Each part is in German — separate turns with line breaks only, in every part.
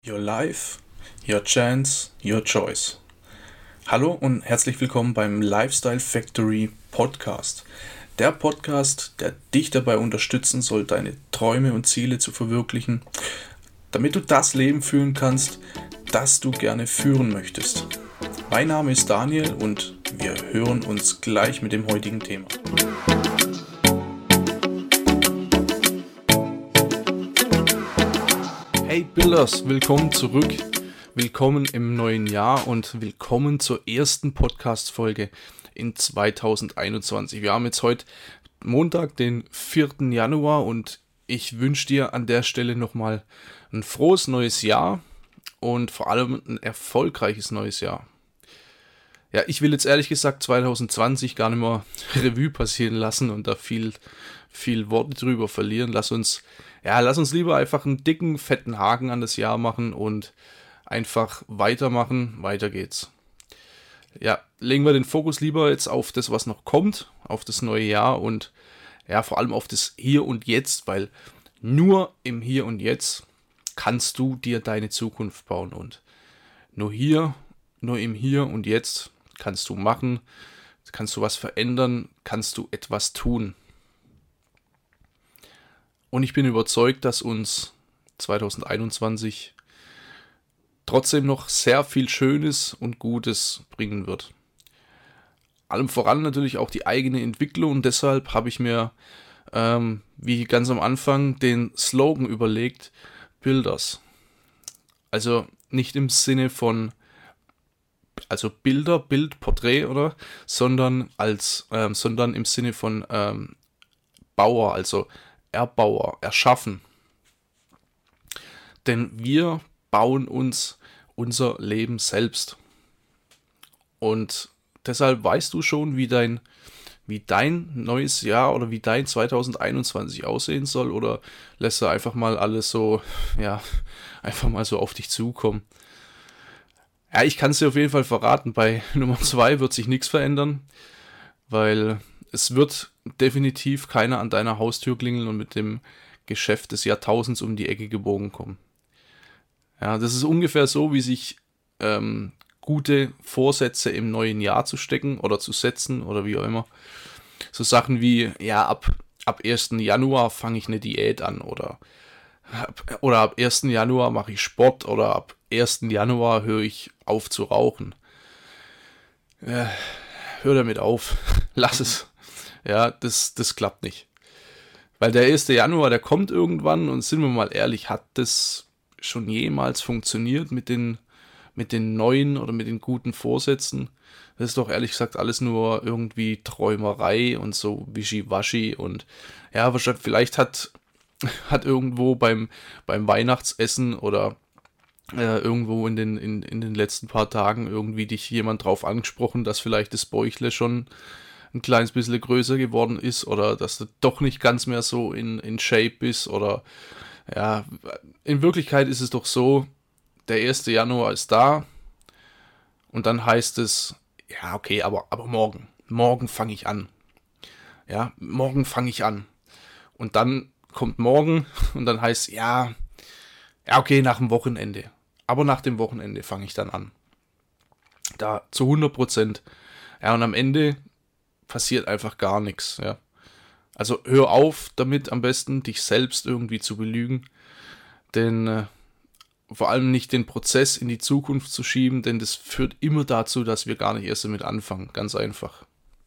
Your Life, Your Chance, Your Choice. Hallo und herzlich willkommen beim Lifestyle Factory Podcast. Der Podcast, der dich dabei unterstützen soll, deine Träume und Ziele zu verwirklichen, damit du das Leben führen kannst, das du gerne führen möchtest. Mein Name ist Daniel und wir hören uns gleich mit dem heutigen Thema. Hey Builders, willkommen zurück, willkommen im neuen Jahr und willkommen zur ersten Podcast-Folge in 2021. Wir haben jetzt heute Montag, den 4. Januar und ich wünsche dir an der Stelle nochmal ein frohes neues Jahr und vor allem ein erfolgreiches neues Jahr. Ja, ich will jetzt ehrlich gesagt 2020 gar nicht mehr Revue passieren lassen und da viel Worte drüber verlieren. Lass uns lieber einfach einen dicken, fetten Haken an das Jahr machen und einfach weitermachen. Weiter geht's. Ja, legen wir den Fokus lieber jetzt auf das, was noch kommt, auf das neue Jahr und ja, vor allem auf das Hier und Jetzt, weil nur im Hier und Jetzt kannst du dir deine Zukunft bauen und nur im Hier und Jetzt kannst du machen, kannst du was verändern, kannst du etwas tun. Und ich bin überzeugt, dass uns 2021 trotzdem noch sehr viel Schönes und Gutes bringen wird. Allem voran natürlich auch die eigene Entwicklung und deshalb habe ich mir, wie ganz am Anfang, den Slogan überlegt, Builders. Also nicht im Sinne von, also Bilder, Bild, Porträt, oder? Sondern im Sinne von Bauer, also Erbauer, erschaffen. Denn wir bauen uns unser Leben selbst. Und deshalb weißt du schon, wie dein neues Jahr oder wie dein 2021 aussehen soll, oder lässt du einfach mal alles so, einfach mal so auf dich zukommen. Ja, ich kann es dir auf jeden Fall verraten, bei Nummer 2 wird sich nichts verändern, weil es wird definitiv keiner an deiner Haustür klingeln und mit dem Geschäft des Jahrtausends um die Ecke gebogen kommen. Ja, das ist ungefähr so, wie sich gute Vorsätze im neuen Jahr zu stecken oder zu setzen oder wie auch immer. So Sachen wie, ja, ab 1. Januar fange ich eine Diät an oder ab 1. Januar mache ich Sport oder ab 1. Januar höre ich auf zu rauchen. Hör damit auf. Lass es. Ja, das klappt nicht. Weil der 1. Januar, der kommt irgendwann und sind wir mal ehrlich, hat das schon jemals funktioniert mit den neuen oder mit den guten Vorsätzen? Das ist doch ehrlich gesagt alles nur irgendwie Träumerei und so Wischiwaschi und ja, wahrscheinlich vielleicht hat irgendwo beim Weihnachtsessen oder irgendwo in den letzten paar Tagen irgendwie dich jemand drauf angesprochen, dass vielleicht das Bäuchle schon ein kleines bisschen größer geworden ist oder dass du doch nicht ganz mehr so in Shape bist oder ja, in Wirklichkeit ist es doch so, der 1. Januar ist da und dann heißt es, ja okay, aber morgen fange ich an. Ja, morgen fange ich an. Und dann kommt morgen und dann heißt ja okay, nach dem Wochenende. Aber nach dem Wochenende fange ich dann an. Da zu 100%. Ja, und am Ende passiert einfach gar nichts, ja. Also hör auf damit am besten, dich selbst irgendwie zu belügen, denn vor allem nicht den Prozess in die Zukunft zu schieben, denn das führt immer dazu, dass wir gar nicht erst damit anfangen, ganz einfach.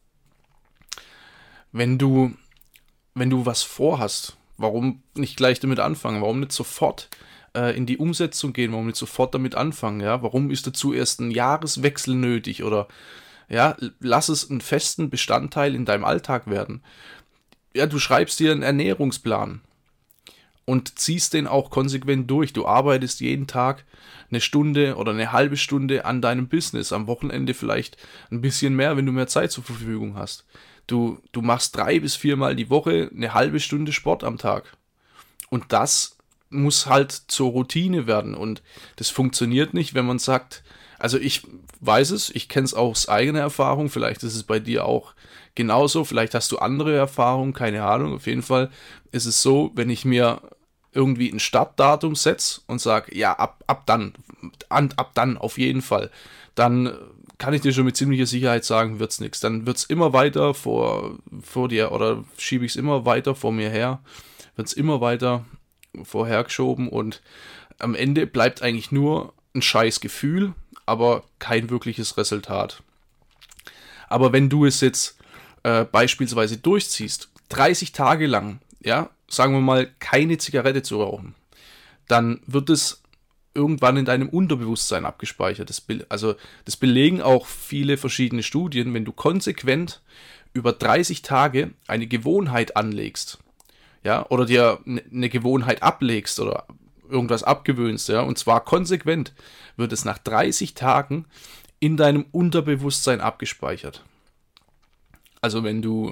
Wenn du was vorhast, warum nicht gleich damit anfangen, warum nicht sofort in die Umsetzung gehen, warum nicht sofort damit anfangen, ja, warum ist dazu erst ein Jahreswechsel nötig oder ja, lass es einen festen Bestandteil in deinem Alltag werden. Ja, du schreibst dir einen Ernährungsplan und ziehst den auch konsequent durch. Du arbeitest jeden Tag eine Stunde oder eine halbe Stunde an deinem Business. Am Wochenende vielleicht ein bisschen mehr, wenn du mehr Zeit zur Verfügung hast. Du machst 3 bis 4 Mal die Woche eine halbe Stunde Sport am Tag. Und das muss halt zur Routine werden. Und das funktioniert nicht, wenn man sagt, also ich weiß es, ich kenne es aus eigener Erfahrung, vielleicht ist es bei dir auch genauso, vielleicht hast du andere Erfahrungen, keine Ahnung, auf jeden Fall ist es so, wenn ich mir irgendwie ein Startdatum setze und sage, ja, ab dann auf jeden Fall, dann kann ich dir schon mit ziemlicher Sicherheit sagen, wird's nichts. Dann wird's immer weiter vor dir oder schiebe ich es immer weiter vor mir her, wird's immer weiter vorhergeschoben und am Ende bleibt eigentlich nur ein scheiß Gefühl, aber kein wirkliches Resultat. Aber wenn du es jetzt beispielsweise durchziehst, 30 Tage lang, ja, sagen wir mal, keine Zigarette zu rauchen, dann wird es irgendwann in deinem Unterbewusstsein abgespeichert. Das belegen auch viele verschiedene Studien. Wenn du konsequent über 30 Tage eine Gewohnheit anlegst, ja, oder dir eine Gewohnheit ablegst oder irgendwas abgewöhnst, ja, und zwar konsequent, wird es nach 30 Tagen in deinem Unterbewusstsein abgespeichert. Also wenn du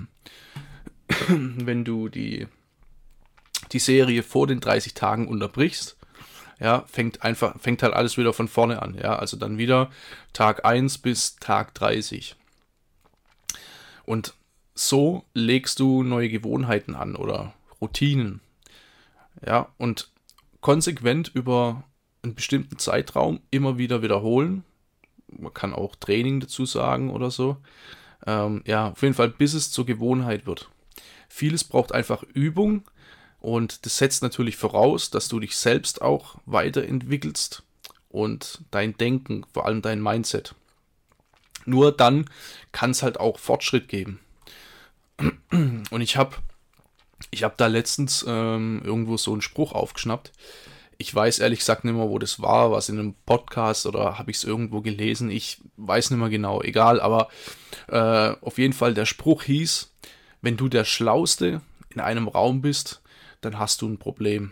die Serie vor den 30 Tagen unterbrichst, ja, fängt halt alles wieder von vorne an, ja, also dann wieder Tag 1 bis Tag 30. Und so legst du neue Gewohnheiten an oder Routinen, ja, und konsequent über einen bestimmten Zeitraum immer wieder wiederholen. Man kann auch Training dazu sagen oder so. Ja, auf jeden Fall, bis es zur Gewohnheit wird. Vieles braucht einfach Übung und das setzt natürlich voraus, dass du dich selbst auch weiterentwickelst und dein Denken, vor allem dein Mindset. Nur dann kann es halt auch Fortschritt geben. Und ich hab da letztens irgendwo so einen Spruch aufgeschnappt. Ich weiß ehrlich gesagt nicht mehr, wo das war, was in einem Podcast oder habe ich es irgendwo gelesen. Ich weiß nicht mehr genau, egal, aber auf jeden Fall der Spruch hieß, wenn du der Schlauste in einem Raum bist, dann hast du ein Problem.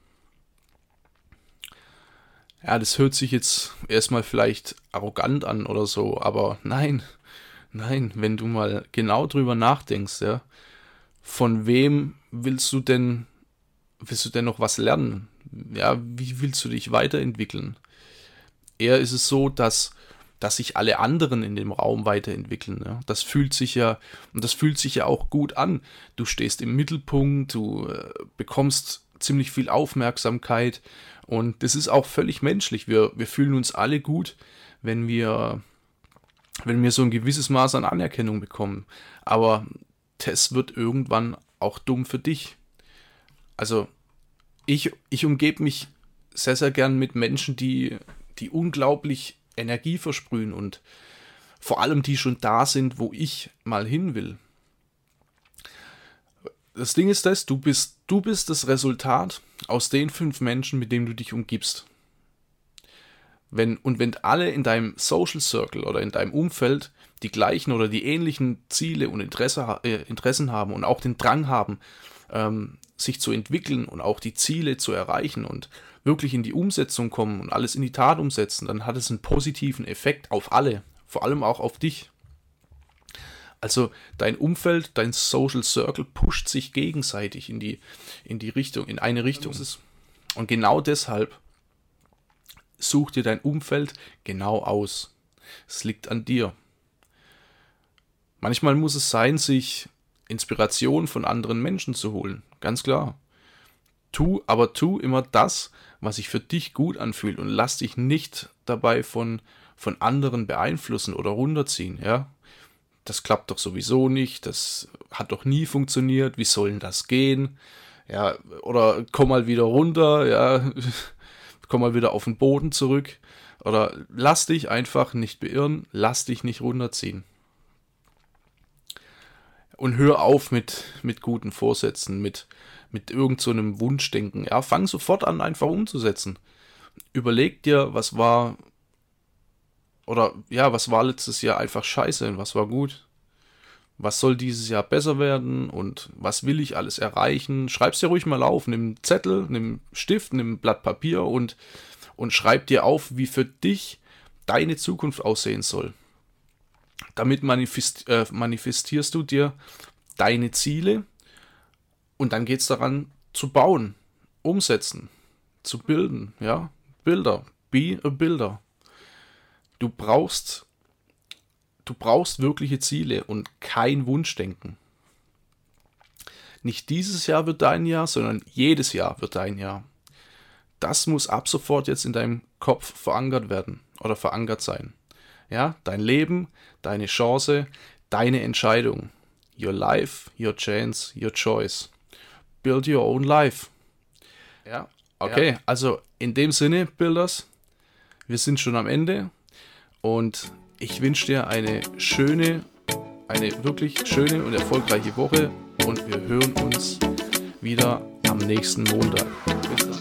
Ja, das hört sich jetzt erstmal vielleicht arrogant an oder so, aber nein, wenn du mal genau drüber nachdenkst, ja, von wem willst du denn noch was lernen? Ja, wie willst du dich weiterentwickeln? Eher ist es so, dass sich alle anderen in dem Raum weiterentwickeln. Ja? Das fühlt sich ja auch gut an. Du stehst im Mittelpunkt, du bekommst ziemlich viel Aufmerksamkeit und das ist auch völlig menschlich. Wir fühlen uns alle gut, wenn wir so ein gewisses Maß an Anerkennung bekommen. Aber das wird irgendwann auch dumm für dich. Also ich umgebe mich sehr, sehr gern mit Menschen, die unglaublich Energie versprühen und vor allem die schon da sind, wo ich mal hin will. Das Ding ist du bist das Resultat aus den 5 Menschen, mit denen du dich umgibst. Wenn alle in deinem Social Circle oder in deinem Umfeld die gleichen oder die ähnlichen Ziele und Interessen haben und auch den Drang haben, sich zu entwickeln und auch die Ziele zu erreichen und wirklich in die Umsetzung kommen und alles in die Tat umsetzen, dann hat es einen positiven Effekt auf alle, vor allem auch auf dich. Also dein Umfeld, dein Social Circle pusht sich gegenseitig in die Richtung, in eine Richtung. Und genau deshalb such dir dein Umfeld genau aus. Es liegt an dir. Manchmal muss es sein, sich Inspiration von anderen Menschen zu holen. Ganz klar. Tu immer das, was sich für dich gut anfühlt und lass dich nicht dabei von anderen beeinflussen oder runterziehen, ja. Das klappt doch sowieso nicht, das hat doch nie funktioniert, wie soll denn das gehen? Ja, oder komm mal wieder runter, ja, komm mal wieder auf den Boden zurück. Oder lass dich einfach nicht beirren, lass dich nicht runterziehen. Und hör auf mit guten Vorsätzen, mit irgend so einem Wunschdenken. Ja, fang sofort an, einfach umzusetzen. Überleg dir, was war letztes Jahr einfach scheiße und was war gut. Was soll dieses Jahr besser werden und was will ich alles erreichen? Schreib's dir ruhig mal auf, nimm einen Zettel, nimm einen Stift, nimm ein Blatt Papier und schreib dir auf, wie für dich deine Zukunft aussehen soll. Damit manifestierst du dir deine Ziele und dann geht's daran zu bauen, umsetzen, zu bilden, ja, Bilder, be a Builder. Du brauchst wirkliche Ziele und kein Wunschdenken. Nicht dieses Jahr wird dein Jahr, sondern jedes Jahr wird dein Jahr. Das muss ab sofort jetzt in deinem Kopf verankert werden oder verankert sein. Ja, dein Leben, deine Chance, deine Entscheidung. Your life, your chance, your choice. Build your own life. Ja, okay, also in dem Sinne, Builders, wir sind schon am Ende und ich wünsche dir eine wirklich schöne und erfolgreiche Woche und wir hören uns wieder am nächsten Montag. Bis dann.